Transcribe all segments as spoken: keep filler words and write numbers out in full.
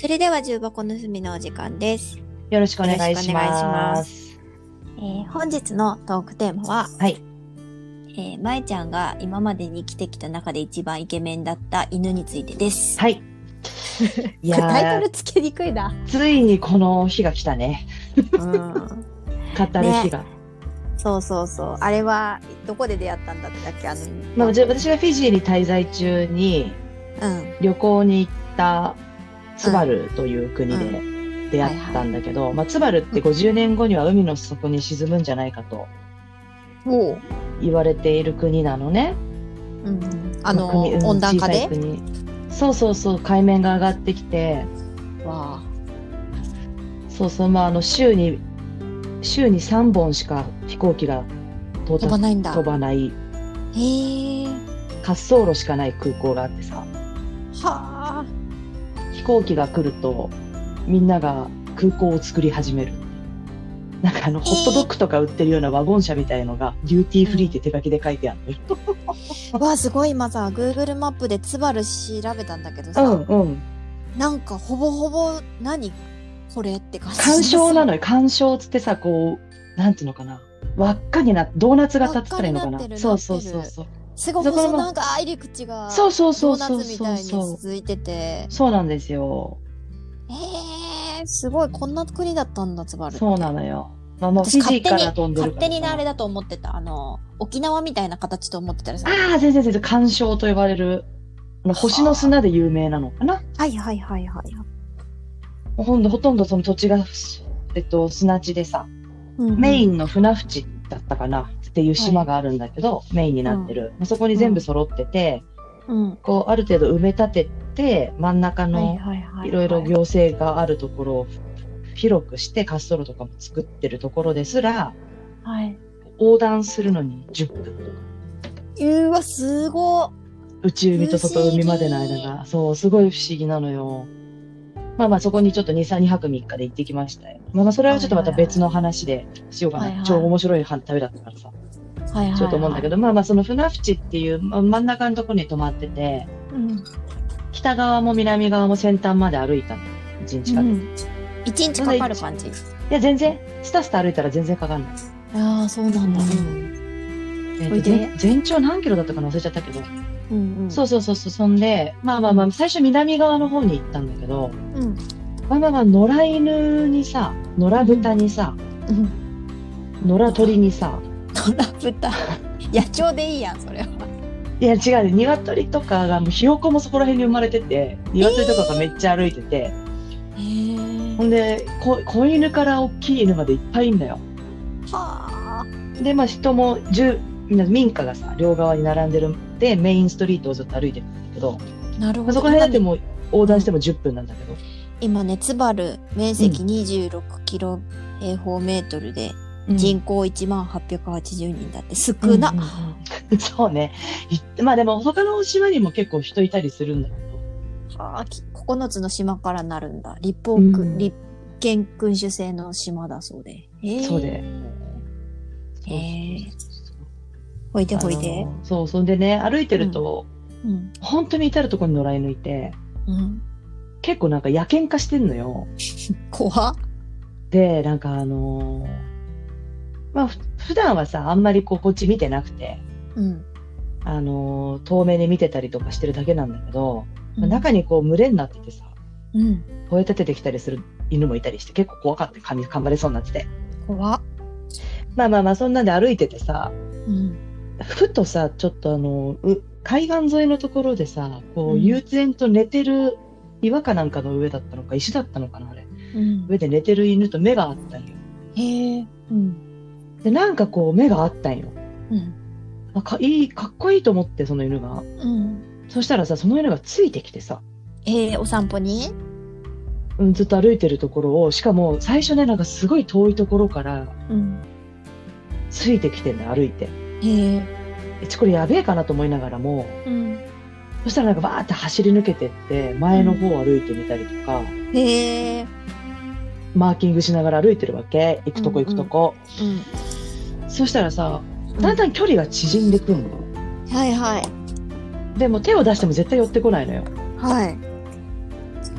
それでは重箱盗みのお時間です。 よろしくお願いしよろしくお願いしまます。 す。えー本日のトークテーマは、 はい。 えー、まえちゃんが今までに生きてきた中で一番イケメンだった犬についてです。 はい。いこれタイトやルつけにくいな。 ー、ついにこの日が来たね。 うん。 語る日が。 そうそうそう。あれはどこで出会ったんだったっけ、あの。 まあ、じゃ私がフィジーに滞在中にうん。 旅行に行ったツバルという国うで出会ったんだけど、まあ、ツバルってごじゅうねんごには海の底に沈むんじゃないかとおう。 言われている国なのね。 うん。あの、 まあ国うん温暖化で小さい国。そうそうそう、海面が上がってきて、 わあ。 そうそう、まあ、あの週に週にさんぼんしか飛行機が到飛ば着ないんだ。 飛ばないへえ。 滑走路しかない空港があってさ、 はあ。 飛行機が来るとみんなが空港を作り始める。なんかあのホットドッグとか売ってるようなワゴン車みたいのがデューティーフリーって手書きで書いてあるのよ。 わあ、すごい。今さ Google マップでツバル調べたんだけどさ、 うんうん。 なんかほぼほぼ何これって感じ干渉なのよ。 よ。干渉つってさ、こうなんていうのかな、輪っかになってドーナツ型っつったらいいのかな。 輪っかになってるそうそうそうそう。 すごいそこのま細長い入り口がそうそうそドーナうそうツみたいにそうそう。 続いてて、 そうなんですよ。 えー、すごい。こんな国だったんだ、ツバルって。 そうなのよ。まあもうフ私勝手にィジーから飛んでるからさ。 勝手にねあれだと思ってた。あの沖縄みたいな形と思ってたらさ、 ああ、全然全然、干渉と呼ばれる、あの星の砂で有名なのかな。 はいはいはいはい。 ほんと、ほとんどその土地が、えっと、砂地でさ、 うんうん、 メインの船淵だったかなっていう島があるんだけど、メインになってる。まあそこに全部揃ってて、 うん、 こう、ある程度埋め立てて、真ん中はいのはいはいいろいろ行政があるところを広くして滑走路とかも作ってるところですら、 はい。 横断するのにじゅっぷんとか。 うわ、すごっ。 内海と外海までの間が、そう、すごい不思議なのよ。まあまあそこにちょっとに、さん、にはくみっかで行ってきましたよ。まあまあそれはちょっとまた別の話でしようかな。 はいはい超面白い旅だったからさ。 はいはいはい、 しようと思うんだけど、まあまあその船淵っていう、まあ、真ん中のところに泊まってて、 うん、 北側も南側も先端まで歩いたの。一日かけて。 うん、一日かかる感じ。いや全然、スタスタ歩いたら全然かかんない。 ああ、そうなんだ。 うんうん、 えーとおいで全全長何キロだったかな忘れちゃったけど。 うんうん、 そうそうそうそう、そんで、まあまあまあ、最初南側の方に行ったんだけど、 うん、 まあまあまあ、野良犬にさ、野良豚にさ、 うん、 野良鳥にさ、 野良豚。野鳥でいいやん、それは。 いや違う、鶏とかが、もうひよこもそこら辺に生まれてて、鶏とかがめっちゃ歩いてて、 へえ。 ほんで、こ子犬から大きい犬までいっぱいいんだよ。 はあ。 で、まあ人も、住みんな民家がさ、両側に並んでるんで、メインストリートをずっと歩いてるんだけど、まあ、 なるほど。 そこら辺だってもう横断してもじゅっぷんなんだけど。 今ね、ツバル面積にじゅうろくキロ平方メートルで、 うん人口いちまんはっぴゃくはちじゅうにんだって。少な、 うんうんうん、そうね。いまあでも他の島にも結構人いたりするんだけど。 はあ、きここのつの島からなるんだ。立法区、 うん立憲君主制の島だそうで。へえ。 そうで。 へえ。ほいでほいで。 そう、そんでね、歩いてると、 うん。 本当に至るところに野良犬いて、 うん。 結構なんか野犬化してんのよ。 怖っ。 で、なんかあのーまあふ普段はさ、あんまりこうこっち見てなくて、 うん。 あのー遠目に見てたりとかしてるだけなんだけど、 うん中にこう群れになっててさ、 うん。 吠え立ててきたりする犬もいたりして結構怖かった。噛み噛まれそうになってて。 怖っ。 まあまあまあ、そんなんで歩いててさ、 うん。 ふとさ、ちょっとあの、う海岸沿いのところでさ、こううん悠然と寝てる岩かなんかの上だったのか、石だったのかな、あれ。 うん。 上で寝てる犬と目があったんよ。 へえ。うん。 で、なんかこう目があったんよ。 うん。 あかいい、かっこいいと思って、その犬が。 うん。 そしたらさ、その犬がついてきてさ、 えー、お散歩に。 うん、ずっと歩いてるところを、しかも最初ね、なんかすごい遠いところからうん。 ついてきてんだよ、歩いて。 へえ。 え、ちょ、これやべえかなと思いながらも、 うん。 そしたらなんかバーって走り抜けてって、前の方を歩いてみたりとか、 へえ。 マーキングしながら歩いてるわけ。行くとこ行くとこ。 うん。 そしたらさ、だんだん距離が縮んでくんの。 はいはい。 でも手を出しても絶対寄ってこないのよ。 はい。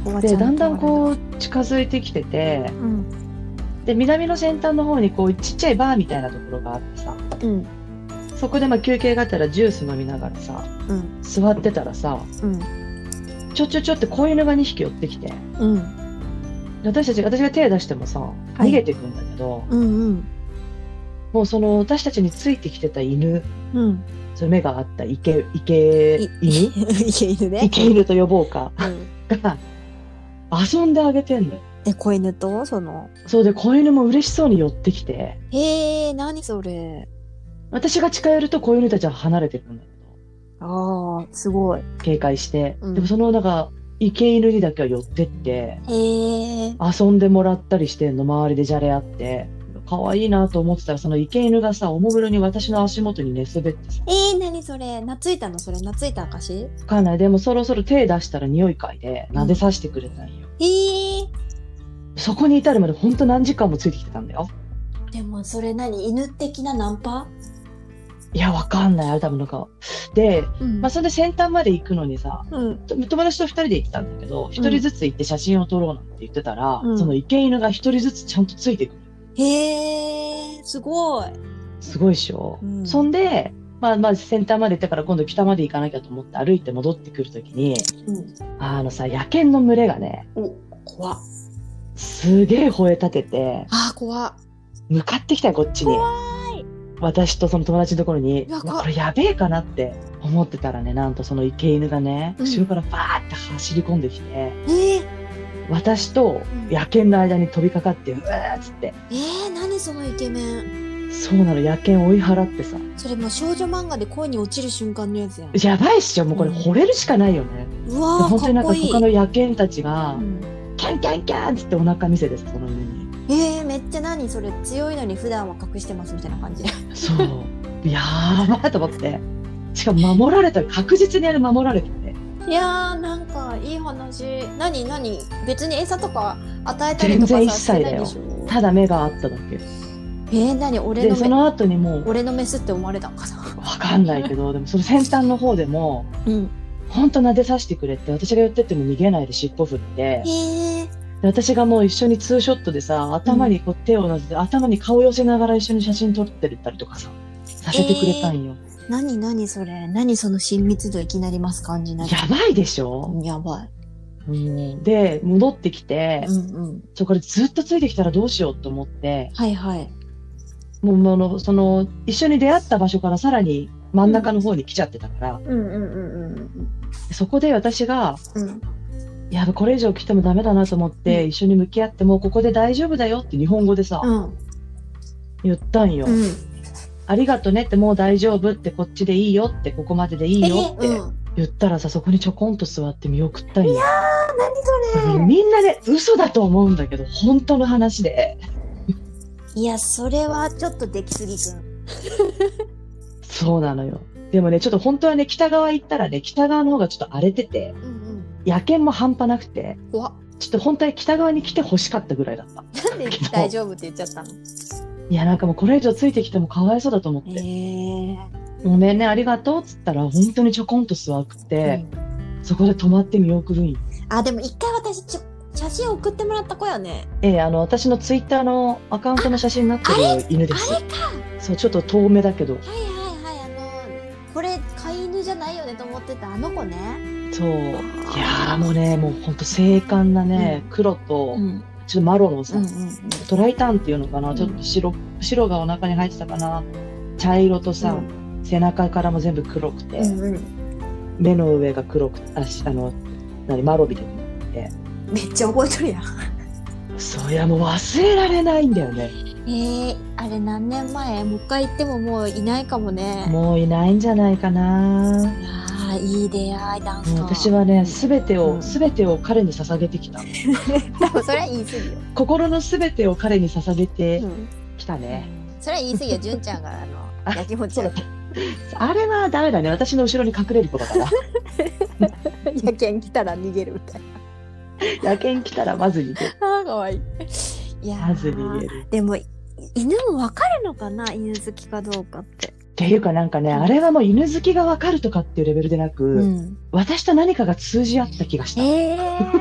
で、 おばちゃんだんだんこう。 う近づいてきてて、 うん。 で、南の先端の方にこうちっちゃいバーみたいなところがあってさ、 うん。 そこでまあ休憩があったらジュース飲みながらさ、 うん。 座ってたらさ、 うん。 ちょちょちょって子犬がにひき寄ってきて、 うん。 で私たち、私が手出してもさ、 はい逃げてくんだけど、 うん。うん。 もうその私たちについてきてた犬、 うん。 その目があった池、池い犬池犬ね。 池犬と呼ぼうか。 うん。 が、遊んであげてんのよ。 え、子犬とその。 そうで、子犬も嬉しそうに寄ってきて、 へえ、何それ。 私が近寄ると子犬たちは離れてくんだけど、 ああ、すごい。 警戒して。 うんでもその、なんか、池犬にだけは寄ってって、 へえ。 遊んでもらったりしてんの、周りでじゃれ合って。可愛いなと思ってたら、その池犬がさ、おもむろに私の足元に寝そべってさ、 えー、何それ。懐いたのそれ。懐いた証？ わかんない。でもそろそろ手出したら匂い嗅いで、撫でさせてくれたんよ。 えー。 そこに至るまでほんと何時間もついてきてたんだよ。 でもそれ何犬的なナンパ？ いや、わかんない。あれ多分なんか。で、 うんまあ、それで先端まで行くのにさ、 うん。 と友達と二人で行ってたんだけど、一人ずつ行って写真を撮ろうなんて言ってたら、 うんその池犬が一人ずつちゃんとついてくる。 へえ、すごい。 すごいっしょ。 うんそんで、まあまあ先端まで行ったから今度北まで行かなきゃと思って歩いて戻ってくるときに、 うん。 あのさ、野犬の群れがね、 お、怖っ。 すげえ吠え立てて、 あー、怖っ。 向かってきたよ、こっちに。私とその友達のところに、 やばうわこれやべえかなって思ってたらね、なんとその池犬がね、 うん後ろからバーって走り込んできて、 えー、 私と野犬の間に飛びかかって、うわーっつって。 えー、何そのイケメン。 そうなの、野犬追い払ってさ。 それもう少女漫画で恋に落ちる瞬間のやつやん。 やばいっしょ、もうこれうん惚れるしかないよね。 うわー、 本当になんかかっこいい。 他の野犬たちがう、んキャンキャンキャンっつってお腹見せてさ、その犬に。 えー、めっちゃ何それ強いのに普段は隠してますみたいな感じ。 そう。やーばーと思って。しかも守られた、確実にあれ守られてて。 いやーなんかいい話。何何別に餌とか与えたりとかさ全然一切だよしてないでしょ。 ただ目があっただけ。 えー、何俺で、 のメその後にもう、 俺のメスって思われたんかな。 わかんないけど、でもその先端の方でも、 うん。 ほんと撫でさせてくれって、私が寄ってっても逃げないで尻尾振って、 へえ。 で私がもう一緒にツーショットでさ、頭にこう手を乗せて、頭に顔寄せながら一緒に写真撮ってるったりとかさ、させてくれたんよ。 何何それ何その親密度いきなり増す感じなの。 やばいでしょ、 やばい。 うん、で、戻ってきて、 うんうん。 そこでずっとついてきたらどうしようと思って、 はいはい。 もうもうあのその、一緒に出会った場所からさらに真ん中の方に来ちゃってたから、 うんうんうんうんそこで私が、 うん。うん。 いや、これ以上来てもダメだなと思って、 うん一緒に向き合って、もうここで大丈夫だよって日本語でさ、 うん。 言ったんよ。 うん。 ありがとねって、もう大丈夫って、こっちでいいよって、ここまででいいよってえうん。 言ったらさ、そこにちょこんと座って見送ったんよ。 何それ。 みんなね、嘘だと思うんだけど、本当の話で。 いや、それはちょっと出来すぎくん。 そうなのよ。でもね、ちょっと本当はね、北側行ったらね、北側の方がちょっと荒れてて、 うんうん。 野犬も半端なくて、 怖っ。 ちょっと本当に北側に来て欲しかったぐらいだった。 なんで大丈夫って言っちゃったの？ いや、なんかもうこれ以上ついてきてもかわいそうだと思って。 ええごめんね、ありがとうっつったら、本当にちょこんと座って、そこで止まって見送るんよ。 あ、でも一回私ちょ写真送ってもらった子やね。 ええ、あの、私のツイッターのアカウントの写真になってる犬です。 あれか。 そう、ちょっと遠目だけど。 はいはいはい、あの、これ飼い犬じゃないよねと思ってたあの子ね。 そう。いやーもうね、もうほんと精悍なね、黒と、 ん。 ちょっとマロのさ、 うんうんトライタンっていうのかな、 うんちょっと白、白がお腹に入ってたかな。茶色とさ、背中からも全部黒くて、 うんうん。 目の上が黒くて、あ、しあの、何、マロみたいになってて。 めっちゃ覚えとるやん。 そういや、もう忘れられないんだよね。 えー、あれ何年前？もう一回行ってももういないかもね。 もういないんじゃないかな。 ああ、いい出会いだんもうか。 私はね、すべてを、 うんすべてを彼に捧げてきた。 多分それは言い過ぎよ。 心のすべてを彼に捧げてうん。 きたね。 それは言い過ぎよ。純ちゃんがあのあ焼きもちそうだあれはダメだね。私の後ろに隠れることかな。 野犬来たら逃げるみたいな。 野犬来たらまず逃げる。 ああ、かわいい。いやーまず逃げる。 でも、犬もわかるのかな犬好きかどうかって。 っていうかなんかね、あれはもう犬好きがわかるとかっていうレベルでなく、 うん。 私と何かが通じ合った気がした。 ええ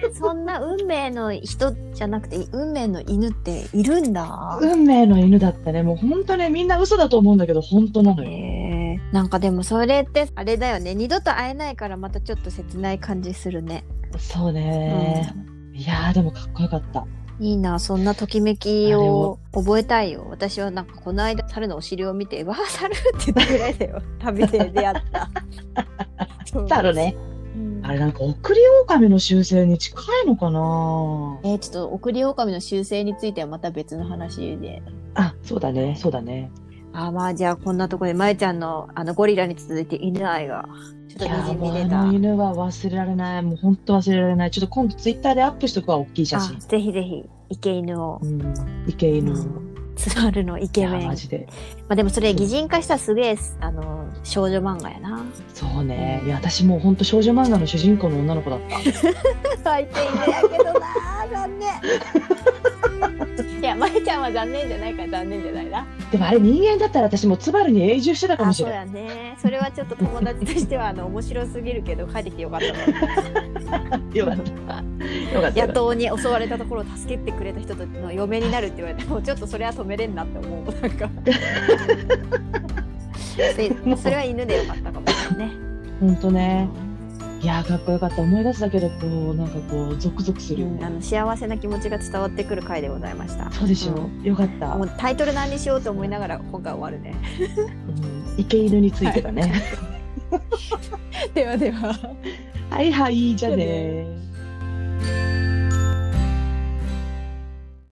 そんな運命の人じゃなくて運命の犬っているんだ。 運命の犬だったね。もう本当ね、みんな嘘だと思うんだけど、本当なのよ。 へー、なんかでもそれってあれだよね。二度と会えないからまたちょっと切ない感じするね。 そうね、 うん、 いやーでもかっこよかった。 いいな、そんなときめきを覚えたいよ。私はなんかこの間猿のお尻を見て、わー猿って言ったぐらいだよ。旅で出会った。 猿ね、うん、あれなんか送り狼の習性に近いのかな。 えー、ちょっと送り狼の習性についてはまた別の話で。 あ、そうだね、そうだね。 あ、まあじゃあこんなところでまえちゃんのあのゴリラに続いて犬愛がちょっとにじみ出た。 あの犬は忘れられない。もう本当忘れられない。ちょっと今度ツイッターでアップしとくわ、大きい写真。 ぜひぜひ池犬を、 うん、池犬、うん、 津軽のイケメン。 マジで。 まあでもそれ擬人化したらすげえあの少女漫画やな。 そうね。いや私もう本当少女漫画の主人公の女の子だった。 相手犬やけどな、残念。いや、まえちゃんは残念じゃないから残念じゃないな。 でもあれ人間だったら私も津軽に永住してたかもしれない。 そうやね。それはちょっと友達としてはあの面白すぎるけど帰ってきてよかったね。よかった。よかった。 野党に襲われたところを助けてくれた人の嫁になるって言われてもちょっとそれは止めれんなって思う。なんかそれは犬でよかったかもしれないね。 本当ね。いやーかっこよかった。思い出すだけでこうなんかこうゾクゾクするよね、 うん、あの幸せな気持ちが伝わってくる回でございました。 そうでしょう、うん、よかった。 もうタイトル何にしようと思いながら今回終わるね、 うん、池犬についてだね、 はい、ではでははいはいじゃあね